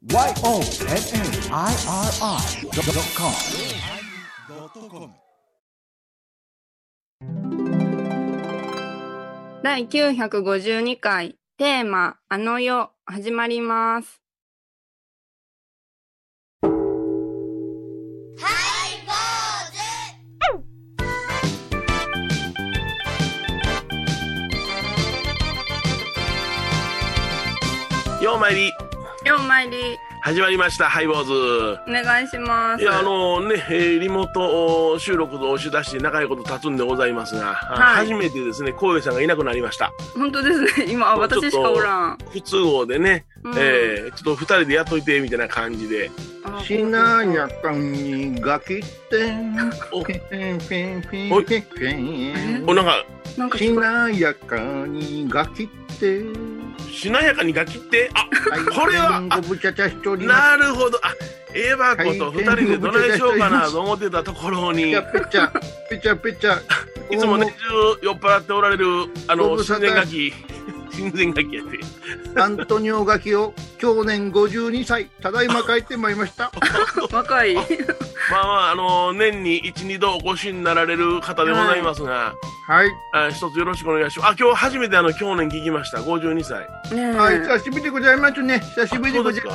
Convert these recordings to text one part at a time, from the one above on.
YONNIRI.com 第952回テーマあの世始まります。 ようまいり始まりましたハイボーズ。 お願いします。 いやリモート収録の押し出して長いこと経つんでございますが、はい、初めてですね神戸さんがいなくなりました。 本当ですね。今私しかおらん。 不都合でね、ちょっと2人でやっといてみたいな感じで。 しなやかにガキっておなんかしなやかにガキってしなやかにガキって、これはなるほど。エヴァ子と2人でどないしようかなと思ってたところに、 ペチャいつも年中酔っ払っておられる親善ガキやってアントニオガキを去年52歳ただいま帰ってまいりました若い年に 1,2 度お越しになられる方でございますが、 はい、 一つよろしくお願いします。今日初めて去年聞きました。52歳。 はい、久しぶりでございますね。久しぶりでございます。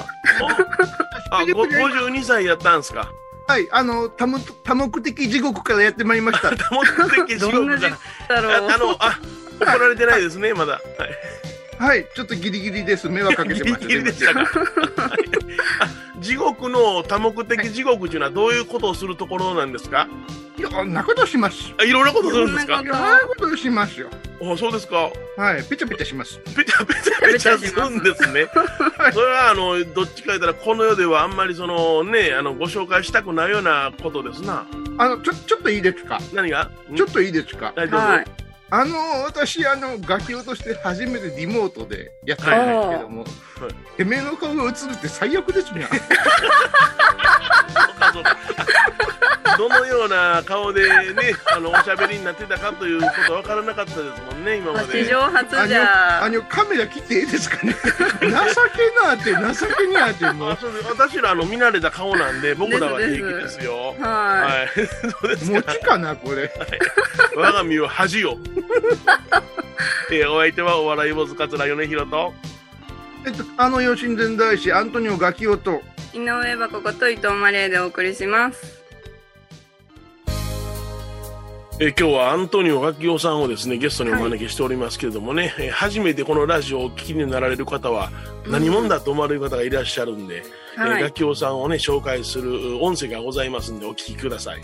52歳やったんですか。 はい、多目的地獄からやってまいりました。 多目的地獄から怒られてないですねまだ。 はい、ちょっとギリギリです。迷惑かけてました。 ギリギリでしたか。地獄の多目的地獄というのはどういうことをするところなんですか。 いろんなことします。 いろんなことするんですか。 いろんなことしますよ。 そうですか。 はい、ペチャペチャします。 ペチャするんですね。それはどっちか言ったらこの世ではあんまりご紹介したくないようなことですな。 ちょっといいですか。 何が？ ちょっといいですか。 はい、どうぞ。 私ガキをとして初めてリモートでやったんですけども、てめえの顔が映るって最悪ですね。 そうかどのような顔でねおしゃべりになってたかということは分からなかったですもんね今まで。 史上初じゃカメラ切っていいですかね。情けなってもう私ら見慣れた顔なんで僕らは平気ですよ。 はい。 そうですか。 餅かなこれ。 我が身を恥よ。お相手はお笑い坊主桂米宏と吉親大師アントニオガキオと井上箱こと伊藤マレーでお送りします。 今日はアントニオガキオさんをですねゲストにお招きしておりますけれどもね、初めてこのラジオをお聞きになられる方は何者だと思われる方がいらっしゃるんで、ガキオさんをね紹介する音声がございますんでお聞きください。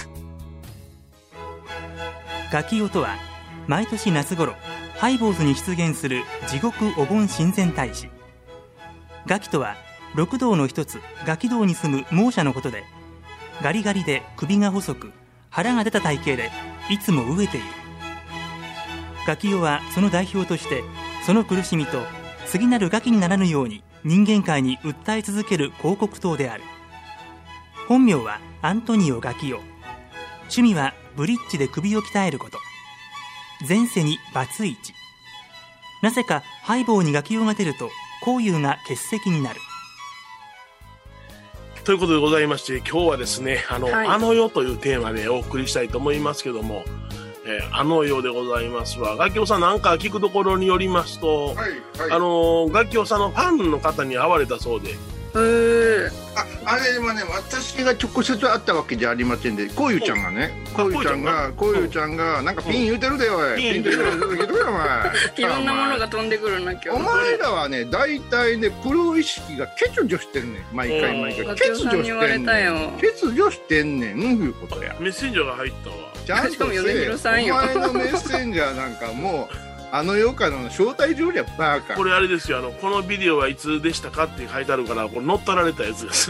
ガキオとは毎年夏頃ハイボーズに出現する地獄お盆親善大使。ガキとは六道の一つガキ道に住む亡者のことで、ガリガリで首が細く腹が出た体型でいつも飢えている。ガキオはその代表としてその苦しみと次なるガキにならぬように人間界に訴え続ける広告塔である。本名はアントニオ・ガキオ。趣味はブリッジで首を鍛えること。前世にバツイチ。なぜかハイボーにガキオが出ると交友が欠席になる。 ということでございまして、今日はですねあの世というテーマでお送りしたいと思いますけども、あの世でございますわ。ガキオさんなんか聞くところによりますと、ガキオさんのファンの方に会われたそうで。 あれはね、私が直接会ったわけじゃありませんで、こういうちゃんがなんかピン言うてるで、おい。ピン言うてるよ、お前。 いろんなものが飛んでくるな、今日。 お前らはね、大体ね、プロ意識が欠如してんねん。毎回。欠如してんねん。いうことや。 メッセンジャーが入ったわ。 ちゃんとせえ。お前のメッセンジャーなんかもう、あの世からの招待状やバーカ。 これあれですよ、このビデオはいつでしたかって書いてあるから、これ乗っ取られたやつです。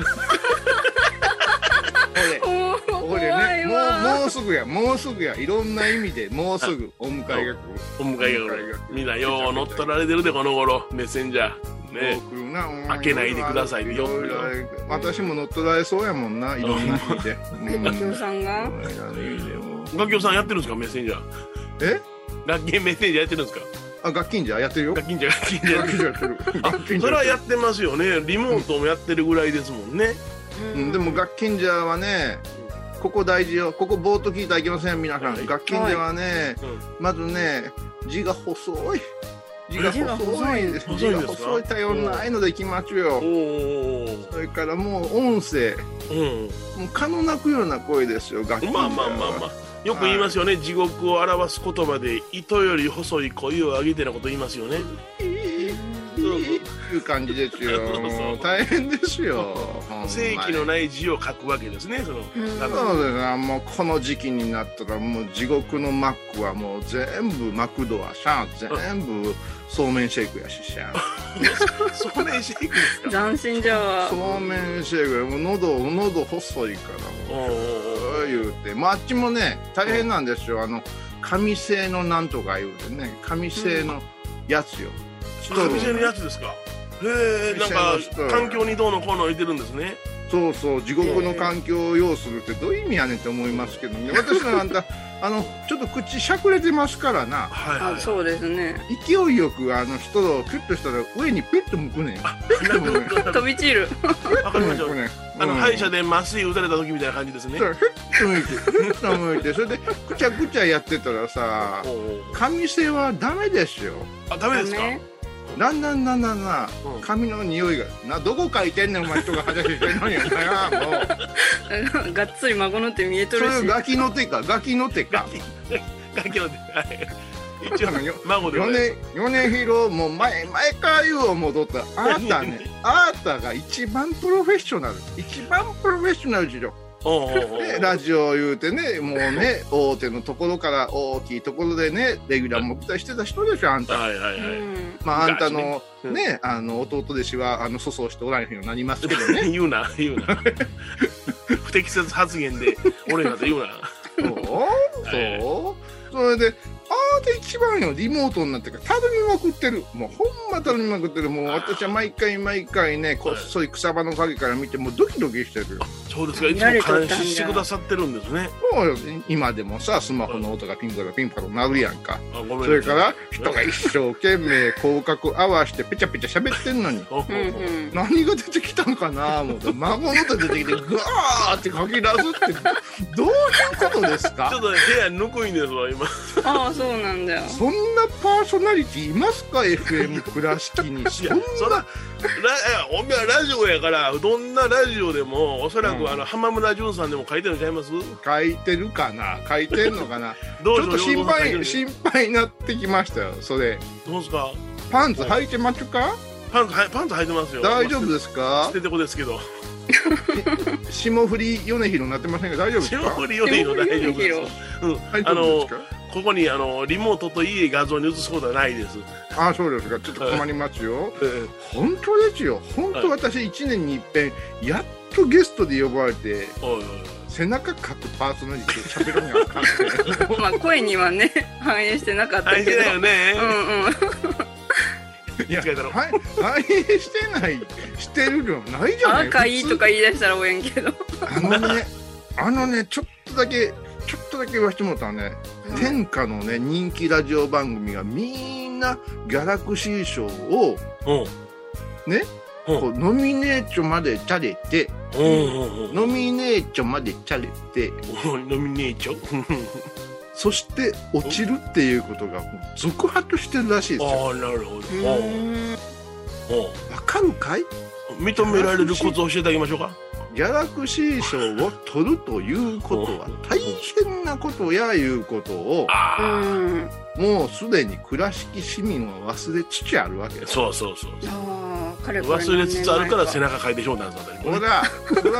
これね、もうすぐや、いろんな意味でもうすぐお迎えが来る。 みんなよう乗っ取られてるでこの頃メッセンジャーね。開けないでくださいね。 私も乗っ取られそうやもんな、いろんな意味で。 ガキオさんがガキオさんやってるんですかメッセンジャー。ラッキーメッセンジャーやってるんですか。 楽器んじゃやってるよ。 楽器んじゃやってる。それはやってますよね。リモートもやってるぐらいですもんね。 でも楽器んじゃはね、ここ大事よ。ここぼーっと聞いたらいけません、皆さん。楽器んじゃはね、まずね、字が細い。字が細いです。字が細い、頼んないのでいきますよ。それからもう音声、もう蚊の鳴くような声ですよ、楽器んじゃは。 よく言いますよね、地獄を表す言葉で糸より細い声を上げてなこと言いますよね。 いう感じですよ。大変ですよ。 正規のない字を書くわけですね。 そうですね。もうこの時期になったらもう地獄のマックはもう全部マクドはさ、全部そうめんシェイクやしさ。 そうめんシェイクですか。 斬新じゃわ。 そうめんシェイク、もう喉細いからもう言うて、あっちもね大変なんですよ。紙製のなんとか言うてね、紙製のやつよ。 紙製のやつですか。へえ、なんか環境にどうのこうの言ってるんですね。 そうそう、地獄の環境を要するってどういう意味やねんって思いますけどね。私のあんたちょっと口しゃくれてますからな。 そうですね。 勢いよく人をキュッとしたら上にペッと向くねん。 飛び散る。 わかりました。歯医者で麻酔打たれた時みたいな感じですね。 ふっと向いて、それでくちゃくちゃやってたらさ、紙製はダメですよ。 ダメですか。 だんだん髪の匂いがどこ書いてんねんお前、人が話してんのにお前はもうがっつり孫の手見えとるし。 それガキの手か。 ガキの手。一応孫で米広もう前から言う思うとった。あなたが一番プロフェッショナルですよ。ラジオ言うてね、もうね、大手のところから大きいところでね、レギュラーも期待してた人でしょ、あんた。あんたのね、弟弟子は粗相しておられへんようになりますけどね。 言うな不適切発言で俺らと言うな。 それで一番よ、リモートになってから頼みまくってる。もうほんま頼みまくってる。もう私は毎回ね、こっそり草場の陰から見てもうドキドキしてるよ。 そうですか。いつも監視してくださってるんですね。 そうよ。今でもさ、スマホの音がピンパラ鳴るやんか。それから人が一生懸命口角合わしてペチャペチャ喋ってんのに何が出てきたんかな思って、孫の手出てきてグワーって書き出すってどういうことですか。 ちょっと部屋ぬくいんですわ今。 そうなんだよ。 そんなパーソナリティいますか FM 倉敷に。 おめえはラジオやから、どんなラジオでもおそらく浜村淳さんでも書いてるんちゃいます。 書いてるかな、書いてんのかな。ちょっと心配になってきましたよ。それどうですか。 パンツ履いてますか。 パンツ履いてますよ。 大丈夫ですか。 捨ててこですけど。 霜降り米広になってませんが大丈夫ですか。 霜降り米広大丈夫です。ここにリモートといい画像に映すことはないです。 そうですか。ちょっと困りますよ。本当ですよ。本当私1年に一遍やっとゲストで呼ばれて、背中かくパーソナリティ喋るにはあかんって。 声にはね反映してなかったけど。 反映してないよね。 いや、反映してない、してるのないじゃない。 赤いいとか言い出したら応援けど。 ちょっとだけ言わしてもらったらね、天下のね人気ラジオ番組がみんなギャラクシー賞をね、こうノミネートまでチャレて、ノミネートまでチャレて、 ノミネートそして落ちるっていうことが続発してるらしいですよ。 なるほど。 わかるかい。 認められるコツを教えてあげましょうか。 ギャラクシー賞を取るということは大変なことやいうことをもうすでに倉敷市民は忘れつつあるわけです。 そう忘れつつあるから背中かいてしょうなんですよ。 ほら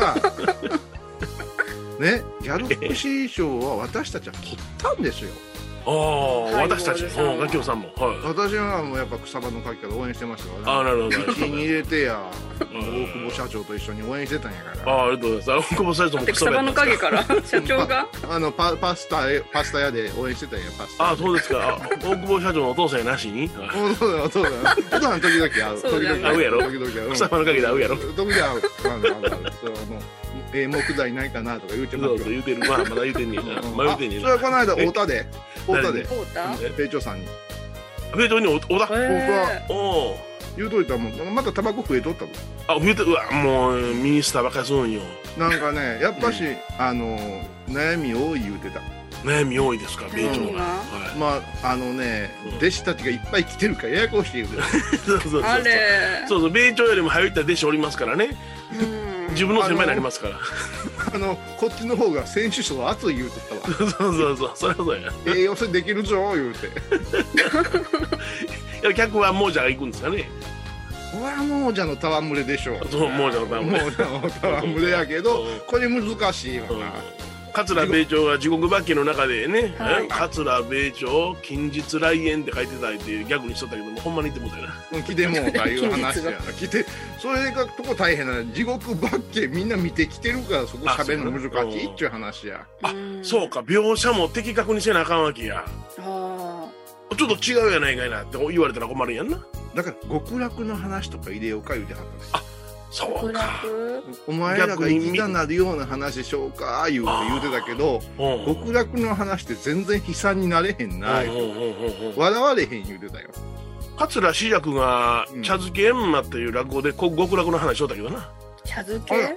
ね、ギャラクシー賞は私たちは取ったんですよ。 私たち、ガキオさんも。 私はもうやっぱ草場の陰から応援してましたからね。なるほど。 気に入れてや、大久保社長と一緒に応援してたんやから。 ありがとうございます。大久保社長も草場の陰から社長がパスタ屋で応援してたんや。パスタ。 そうですか。大久保社長のお父さんやなしに。 お父さん時々会う。 会うやろ。草場の陰で会うやろ。 時々会う。木材ないかなとか言うてますよ。 言うてる。まだ言うてんねんな。 それはこの間太田で兵長さんに米朝に小田。 お言うといたらもんまたタバコ増えとったぞ。 増えて、うわもうミニスターばっかりするんよ。 なんかねやっぱし、悩み多い言うてた。 悩み多いですか米朝が。 まあ弟子たちがいっぱい来てるからややこしい言うてた。 あれそう米朝よりも早いった弟子おりますからね。自分の先輩になりますから。 こっちの方が選手層熱い言うてたわ。 そうそりゃそうや。 予選できるぞ言うて。 客は亡者が行くんですかね。 これは亡者の戯れでしょう。 そう亡者の戯れ。 亡者の戯れやけどこれ難しいよな。 桂米朝が地獄罰記の中でね、桂米朝近日来園って書いてたいってギャグにしとったけども、ほんまに言ってもうたよな。 来てもうたいう話やな。来てそれがとこ大変な地獄罰記みんな見てきてるからそこ喋るの難しいっちゅう話や。 そうか描写も的確にせなあかんわけや。ちょっと違うやないかいなって言われたら困るんやんな。 だから極楽の話とか入れようか言うてはったんです。 そうか。 お前らが生きたなるような話しようか言うてたけど、極楽の話って全然悲惨になれへんな、笑われへん言うてたよ。 桂枝雀が茶漬け閻魔っていう落語で極楽の話しようたけどな。 茶漬け？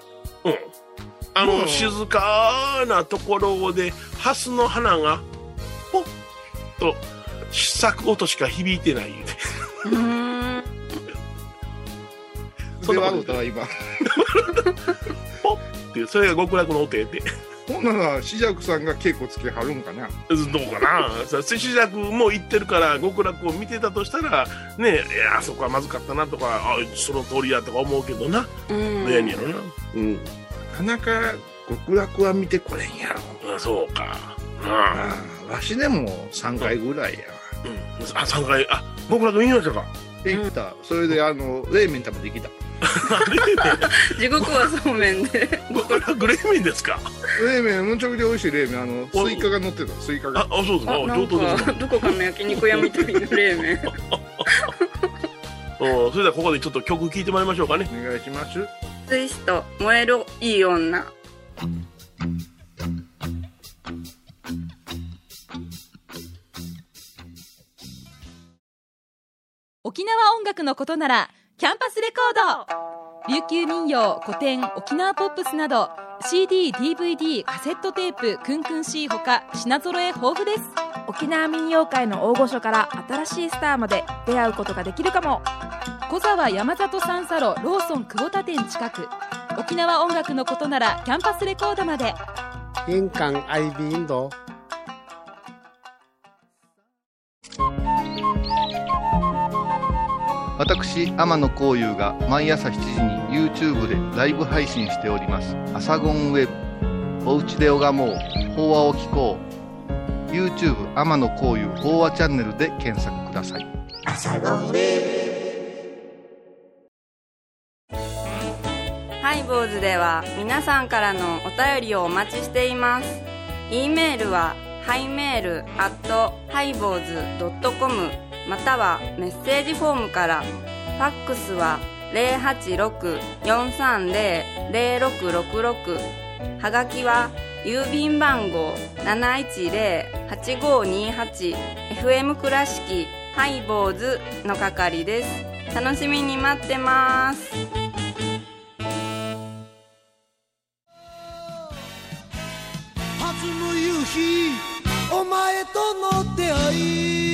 静かなところでハスの花がポッと咲く音しか響いてない言うて。 それ笑うたら今ポッってそれが極楽の音やってほんなら枝雀さんが稽古つけはるんかな。 どうかな。枝雀も言ってるから極楽を見てたとしたらね、いやあそこはまずかったなとかその通りやとか思うけどな。どうやねんやろな。 なかなか極楽は見てこれんやろ。 そうか。 わしでも3回ぐらいや。 3回極楽見ましたか。 行った。それで冷麺食べてきた。 地獄はそうめんで。 極楽冷麺ですか。 冷麺むちゃくちゃ美味しい冷麺。スイカが乗ってた。スイカが。 そうですか。上等ですか。 どこかの焼肉屋みたいな冷麺。 それではここでちょっと曲聴いてもらいましょうかね。 お願いします。 ツイスト燃えろいい女。 沖縄音楽のことならキャンパスレコード。琉球民謡、古典、沖縄ポップスなど CD、DVD、カセットテープ、クンクン C ほか品揃え豊富です。 沖縄民謡界の大御所から新しいスターまで出会うことができるかも。 小沢山里三佐路ローソン久保田店近く。沖縄音楽のことならキャンパスレコードまで。 印港 IB 印度。 私天野幸雄が毎朝7時に YouTube でライブ配信しておりますアサゴンウェブ。おうちで拝もう法話を聞こう。 YouTube 天野幸雄法話チャンネルで検索ください。アサゴンウェブ。ハイボーズでは皆さんからのお便りをお待ちしています。 E メールはハイメール@highboz.com またはメッセージフォームから。ファックスは 086-430-0666。はがきは郵便番号 710-8528 FM 倉敷ハイボーズの係です。楽しみに待ってます。 弾む夕日お前との出会い。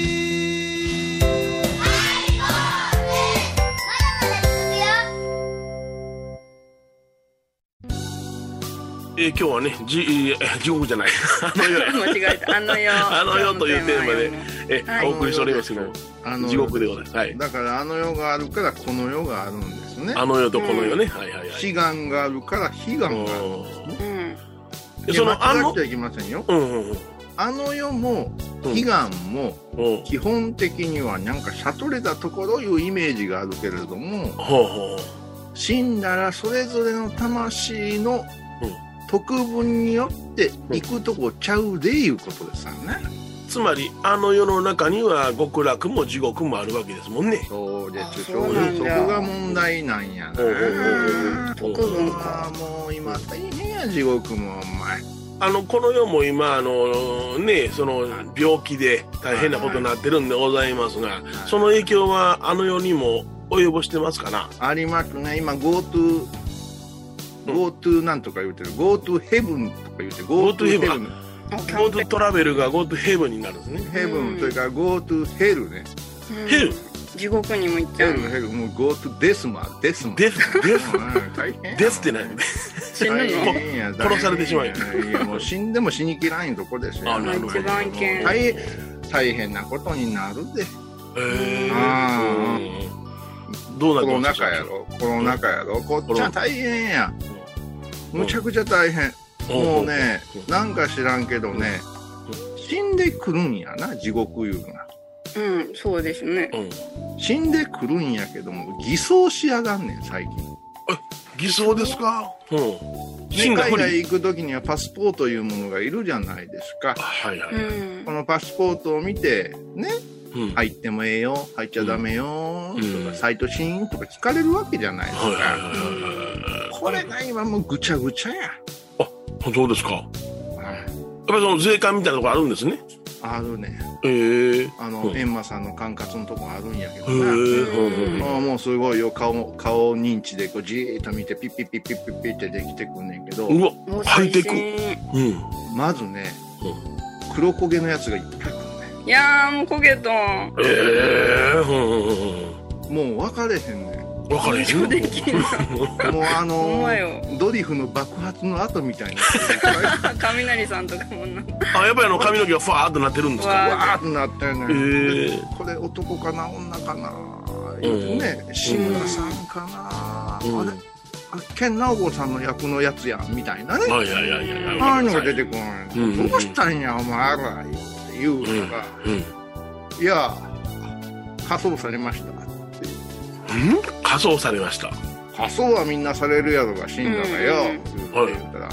今日はね地獄じゃない間違えた。あの世というテーマでお送りしておりますけど、地獄でございます。 だからあの世があるからこの世があるんですね。 あの世とこの世ね。 悲願があるから悲願があるんですね。 その間違っちゃいけませんよ。あの世も悲願も基本的にはなんか悟れたところいうイメージがあるけれども、死んだらそれぞれの魂の特分によって行くとこちゃうでいうことですよね。 つまりあの世の中には極楽も地獄もあるわけですもんね。 そうです。そこが問題なんやな。 特分か。 もう今大変や地獄もお前。 この世も今ね、その病気で大変なことになってるんでございますが、その影響はあの世にも及ぼしてますかな。 ありますね。今 GoTo なんとか言うてる、 GoTo ヘブンとか言うてる、 GoTo ヘブン、GoTo トラベルが GoTo ヘブンになるんですね。 ヘブン、それから GoTo ヘルね。 ヘル、 地獄にも行っちゃう。 ヘル、もう GoTo デスマデスって何？ 死ぬの？ 殺されてしまうよ。 いや、もう死んでも死にきらんとこですよ。 一番危険。 大変なことになるで。 どうなるの？ コロナ禍やろ、こっちは大変や。むちゃくちゃ大変。もうね、なんか知らんけどね、死んでくるんやな、地獄いうのが。 そうですね。 死んでくるんやけども、偽装しやがんねん、最近。 偽装ですか？ 海外行く時にはパスポートいうものがいるじゃないですか。このパスポートを見てね、入ってもええよ、入っちゃダメよとか、サイトシーンとか聞かれるわけじゃないですか。これが今もうぐちゃぐちゃや。 そうですか。やっぱりその税関みたいなとこあるんですね。 あるね。閻魔さんの管轄のとこあるんやけどな。もうすごいよ、顔認知でこうじーっと見てピッピッピッピッピッピッってできてくんねんけど。 うわ、ハイテク。 まずね、黒焦げのやつがいっぱい来るね。 いやー、もう焦げと。 もう分かれへんねん。 分かれへん。 もうドリフの爆発の後みたいな。 雷さんとかもな。 やっぱり髪の毛がファーっとなってるんですか？ わーっとなってね。これ男かな女かな言うてね、志村さんかな、健直子さんの役のやつやみたいなね。ああいうのが出てくる。どうしたんやお前らって言うのが、いや仮装されました。 仮装されました。 仮装はみんなされるやろが死んだがよって言ったら、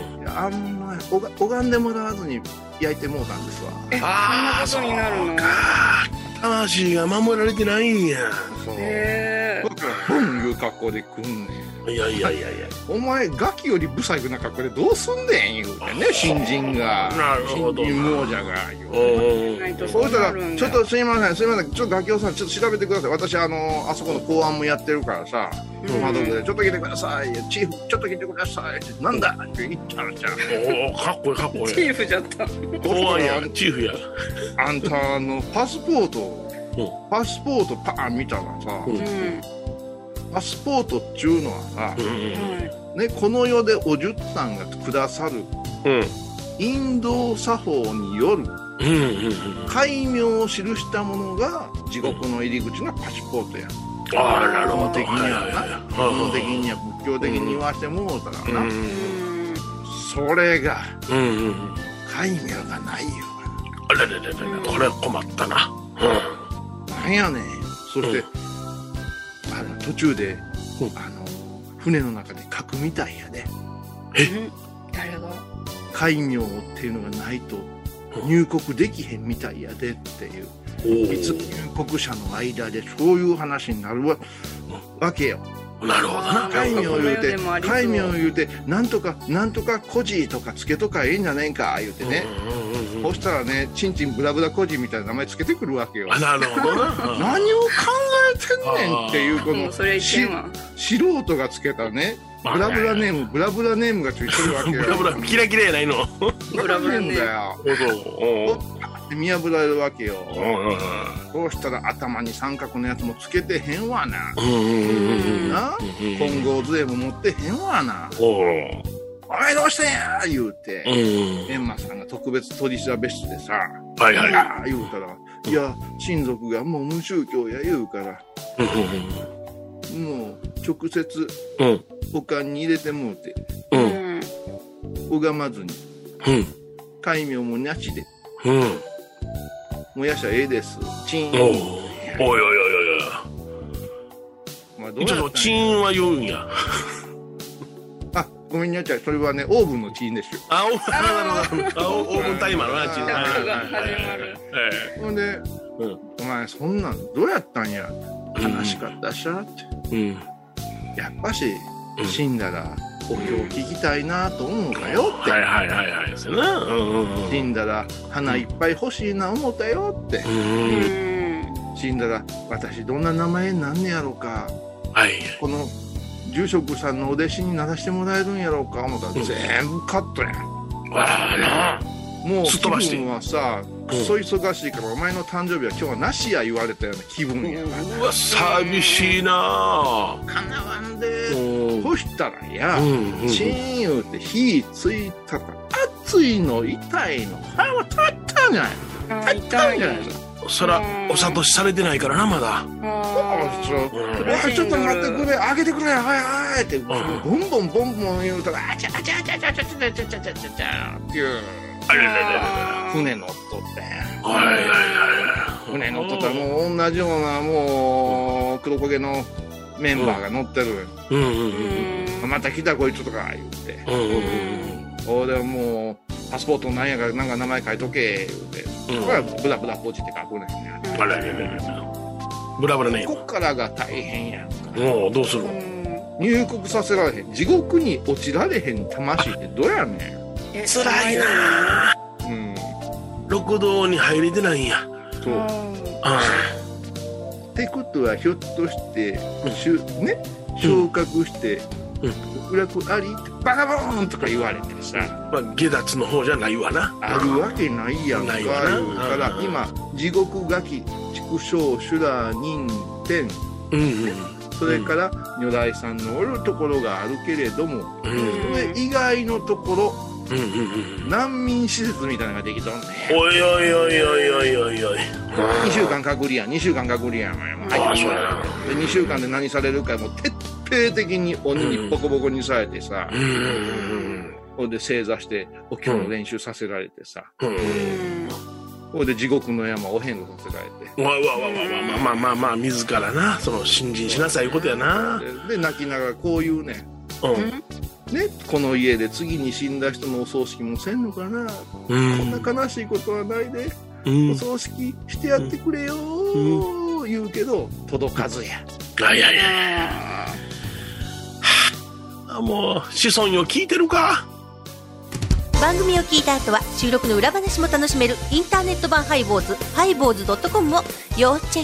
拝んでもらわずに焼いてもうたんですわ。 そんなことになるの？ 魂が守られてないんや。 僕はボンいう格好で来んねん。 いやお前ガキよりブサイクな格好でどうすんねん言うてね、新人が。 なるほど。 新人亡者が言うて。そうしたらちょっとすいませんちょっとガキオさんちょっと調べてください。私あそこの公安もやってるからさ、窓でちょっと来てください、チーフちょっと来てくださいってなんだって言ったらじゃん。 かっこいいかっこいい。 チーフじゃった。 公安やチーフや。 あんたパスポートパーン見たらさ、パスポートっちゅうのはさ、ね、この世でお十さんがくださる、インド作法による戒名を記したものが地獄の入り口のパスポートや。 なるほど。 的にはな、物的には仏教的に言わしてもうたらな、それが戒名がないよ。 これは困ったな。 なんやねん。そして途中で船の中で書くみたいやで。 誰が？ 戒名っていうのがないと入国できへんみたいやでっていう、密入国者の間でそういう話になるわけよ。 なるほどな。 戒名を言うてなんとか孤児とかつけとかええんじゃねえか言うてね、そしたらね、ちんちんブラブラ孤児みたいな名前つけてくるわけよ。 なるほどな。 何を考えてんねんっていうこの素人がつけたね、ブラブラネームがついてるわけよ。 ブラブラキラキラやないの。 ブラブラネームだよ。見破られるわけよ。そうしたら頭に三角のやつもつけてへんわな。金剛杖も持ってへんわな。お前どうしてんや言うて、閻魔さんが特別取り調べ室でさ、言うたら、いや親族がもう無宗教や言うから、もう直接おかんに入れてもうて、拝まずに、戒名もなしで、燃やしたらええですチーン。おいちょっとチーンは言うんや。 ごめんなさい、それはねオーブンのチーンですよ。 オーブンタイマーのチーン。 ほんで、お前そんなんどうやったんや、悲しかったしゃって、やっぱし死んだらお経聞きたいなと思うかよって。 はいはいはいはいですね。 死んだら花いっぱい欲しいな思ったよって。死んだら私どんな名前になんねやろか。 はい。 この住職さんのお弟子にならしてもらえるんやろうか思ったら全部カットやん。 あらな。 もう気分はさ、くそ忙しいからお前の誕生日は今日はなしや言われたような気分やな。 うわ寂しいな。 かなわんでそしたらや、チーン言うて火ついたら熱いの痛いの腹も立ったんじゃないの。痛いんじゃないですか。 そらお諭しされてないからなまだ。 ちょっと待ってくれ開けてくれはいはいってボンボンボンボン言うたらあちゃあちゃあちゃあちゃあちゃあちゃあちゃあちゃあちゃっていう船乗っとって船乗っとったらもう同じようなもう黒焦げのメンバーが乗ってる。また来たこいつとか言って俺はもうパスポートなんやからなんか名前書いとけ言うてこれはブラブラポチって書くねんね。 ブラブラね。 こっからが大変やんか。 もうどうするの。 入国させられへん地獄に落ちられへん魂ってどうやねん。 辛いな。六道に入れてないんや。 そう。ってことはひょっとしてね昇格して極楽ありってバカボーンとか言われてさ、 下脱の方じゃないわな。 あるわけないやんか。言うから今地獄ガキ畜生修羅人天、それから如来さんのおるところがあるけれども、それ以外のところ難民施設みたいなのができとんねん。 おいおいおいおいおいおいおい。 2週間隔離やん2週間隔離やん。 ああそうやな。 で2週間で何されるかもう徹底的に鬼にボコボコにされてさ、ほんで正座してお経の練習させられてさ、ほんで地獄の山お遍路させられて、 まあ自らなその信心しなさいいうことやな。 で泣きながらこういうね、ね、この家で次に死んだ人のお葬式もせんのかな、こんな悲しいことはないで、お葬式してやってくれよ言うけど届かずや。 もう子孫よ聞いてるか。 番組を聞いた後は収録の裏話も楽しめるインターネット版ハイボーズハイボーズ.comを要チェッ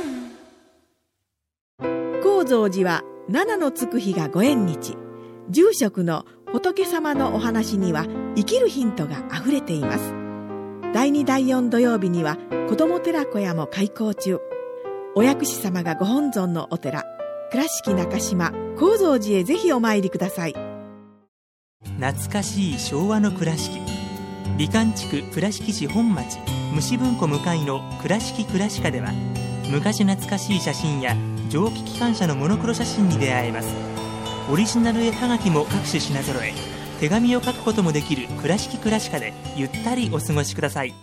ク。 高蔵寺は七のつく日がご縁日。住職の仏様のお話には生きるヒントがあふれています。第2第4土曜日には子ども寺小屋も開校中。お薬師様がご本尊のお寺倉敷中島・高蔵寺へぜひお参りください。 懐かしい昭和の倉敷。美観地区倉敷市本町虫文庫向かいの倉敷倉歯科では昔懐かしい写真や蒸気機関車のモノクロ写真に出会えます。オリジナル絵はがきも各種品揃え、手紙を書くこともできる倉敷倉歯科でゆったりお過ごしください。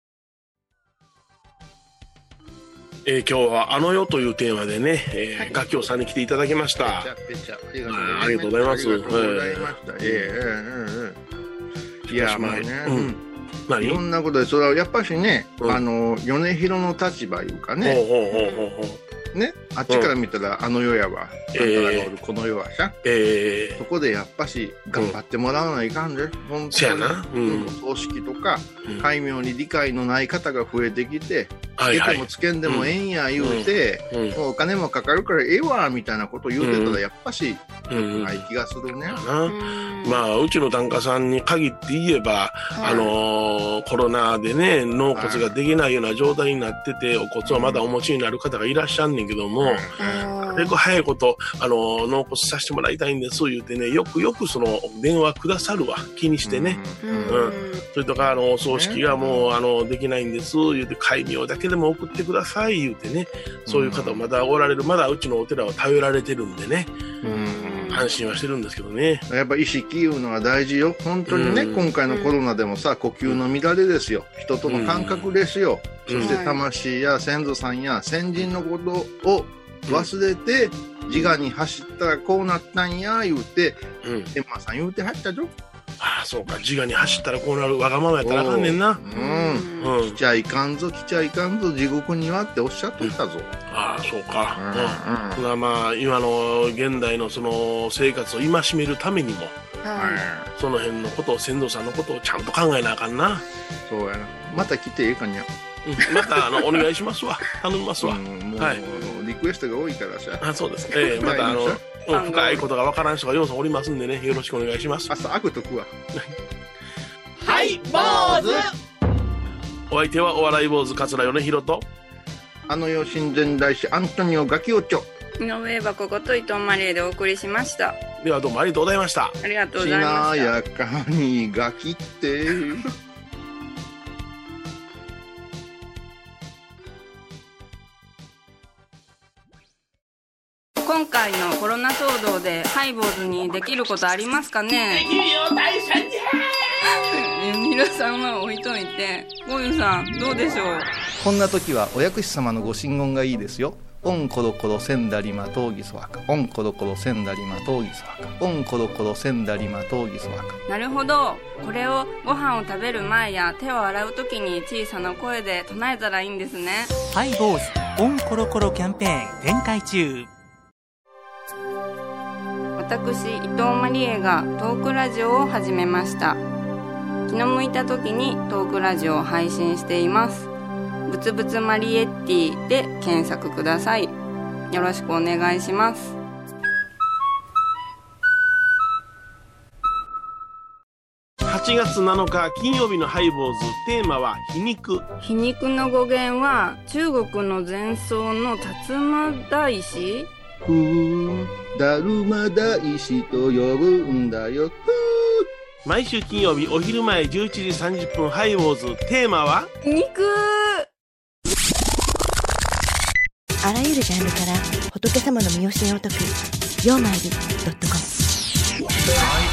今日はあの世というテーマでね、ガキョウさんに来ていただきました。ありがとうございます。 いやまあね、いろんなことでそれはやっぱしね、米広の立場いうかね、ね、あっちから見たらあの世やわ、あんたらがおるこの世はさ、そこでやっぱし頑張ってもらわないかんで、本当にお葬式とか戒名に理解のない方が増えてきて、つけてもつけんでもええんや言うて、もうお金もかかるからええわみたいなこと言うてたらやっぱしない気がするね。 まあうちの檀家さんに限って言えば、コロナでね納骨ができないような状態になってて、お骨はまだお持ちになる方がいらっしゃんねんけども、結構早いこと納骨させてもらいたいんです言うてね、よくその電話くださるわ、気にしてね、それとかお葬式がもうできないんです言うて、戒名だけでも送ってください言うてね、そういう方まだおられる。まだうちのお寺は頼られてるんでね、安心はしてるんですけどね。 やっぱ意識いうのは大事よ本当にね。今回のコロナでもさ、呼吸の乱れですよ、人との感覚ですよ、そして魂や先祖さんや先人のことを忘れて自我に走ったらこうなったんや言うて、エンマさん言うてはったぞ。 ああ、そうか。自我に走ったらこうなる。わがままやったらあかんねんな。 来ちゃいかんぞ、来ちゃいかんぞ、地獄にはっておっしゃっとったぞ。 ああ、そうか。まあ、今の現代のその生活を戒めるためにも、その辺のことを、先祖さんのことをちゃんと考えなあかんな。 そうやな。また来てええかにゃ。 またお願いしますわ。頼みますわ。 はい。リクエストが多いからさ。 あ、そうですね。また深いことがわからん人がようさんおりますんでね、よろしくお願いします。 朝開くとくわ。 はい、坊主。 お相手はお笑い坊主桂米宏と、 あの世親善大師アントニオガキオチョ、 井上箱こと伊藤マリエでお送りしました。 ではどうもありがとうございました。 ありがとうございました。 しなやかにガキって今回のコロナ騒動でハイボーズにできることありますかね。 できるよ大社に皆さんは置いといて、ゴユさんどうでしょう。 こんな時はお薬師様のご神言がいいですよ。オンコロコロセンダリマトウギソワカ、オンコロコロセンダリマトウギソワカ、オンコロコロセンダリマトウギソワカ。 なるほど。これをご飯を食べる前や手を洗う時に小さな声で唱えたらいいんですね。 ハイボーズオンコロコロキャンペーン展開中。 私伊藤マリエがトークラジオを始めました。気の向いた時にトークラジオを配信しています。ぶつぶつマリエッティで検索ください。よろしくお願いします。 8月7日金曜日のハイボーズ、テーマは皮肉。 皮肉の語源は中国の前奏の薩摩大師、 だるま大師と呼ぶんだよ。 毎週金曜日お昼前11時30分、ハイボーズ、テーマは皮肉。 あらゆるジャンルから仏様の身教えを解く曜マイル.com。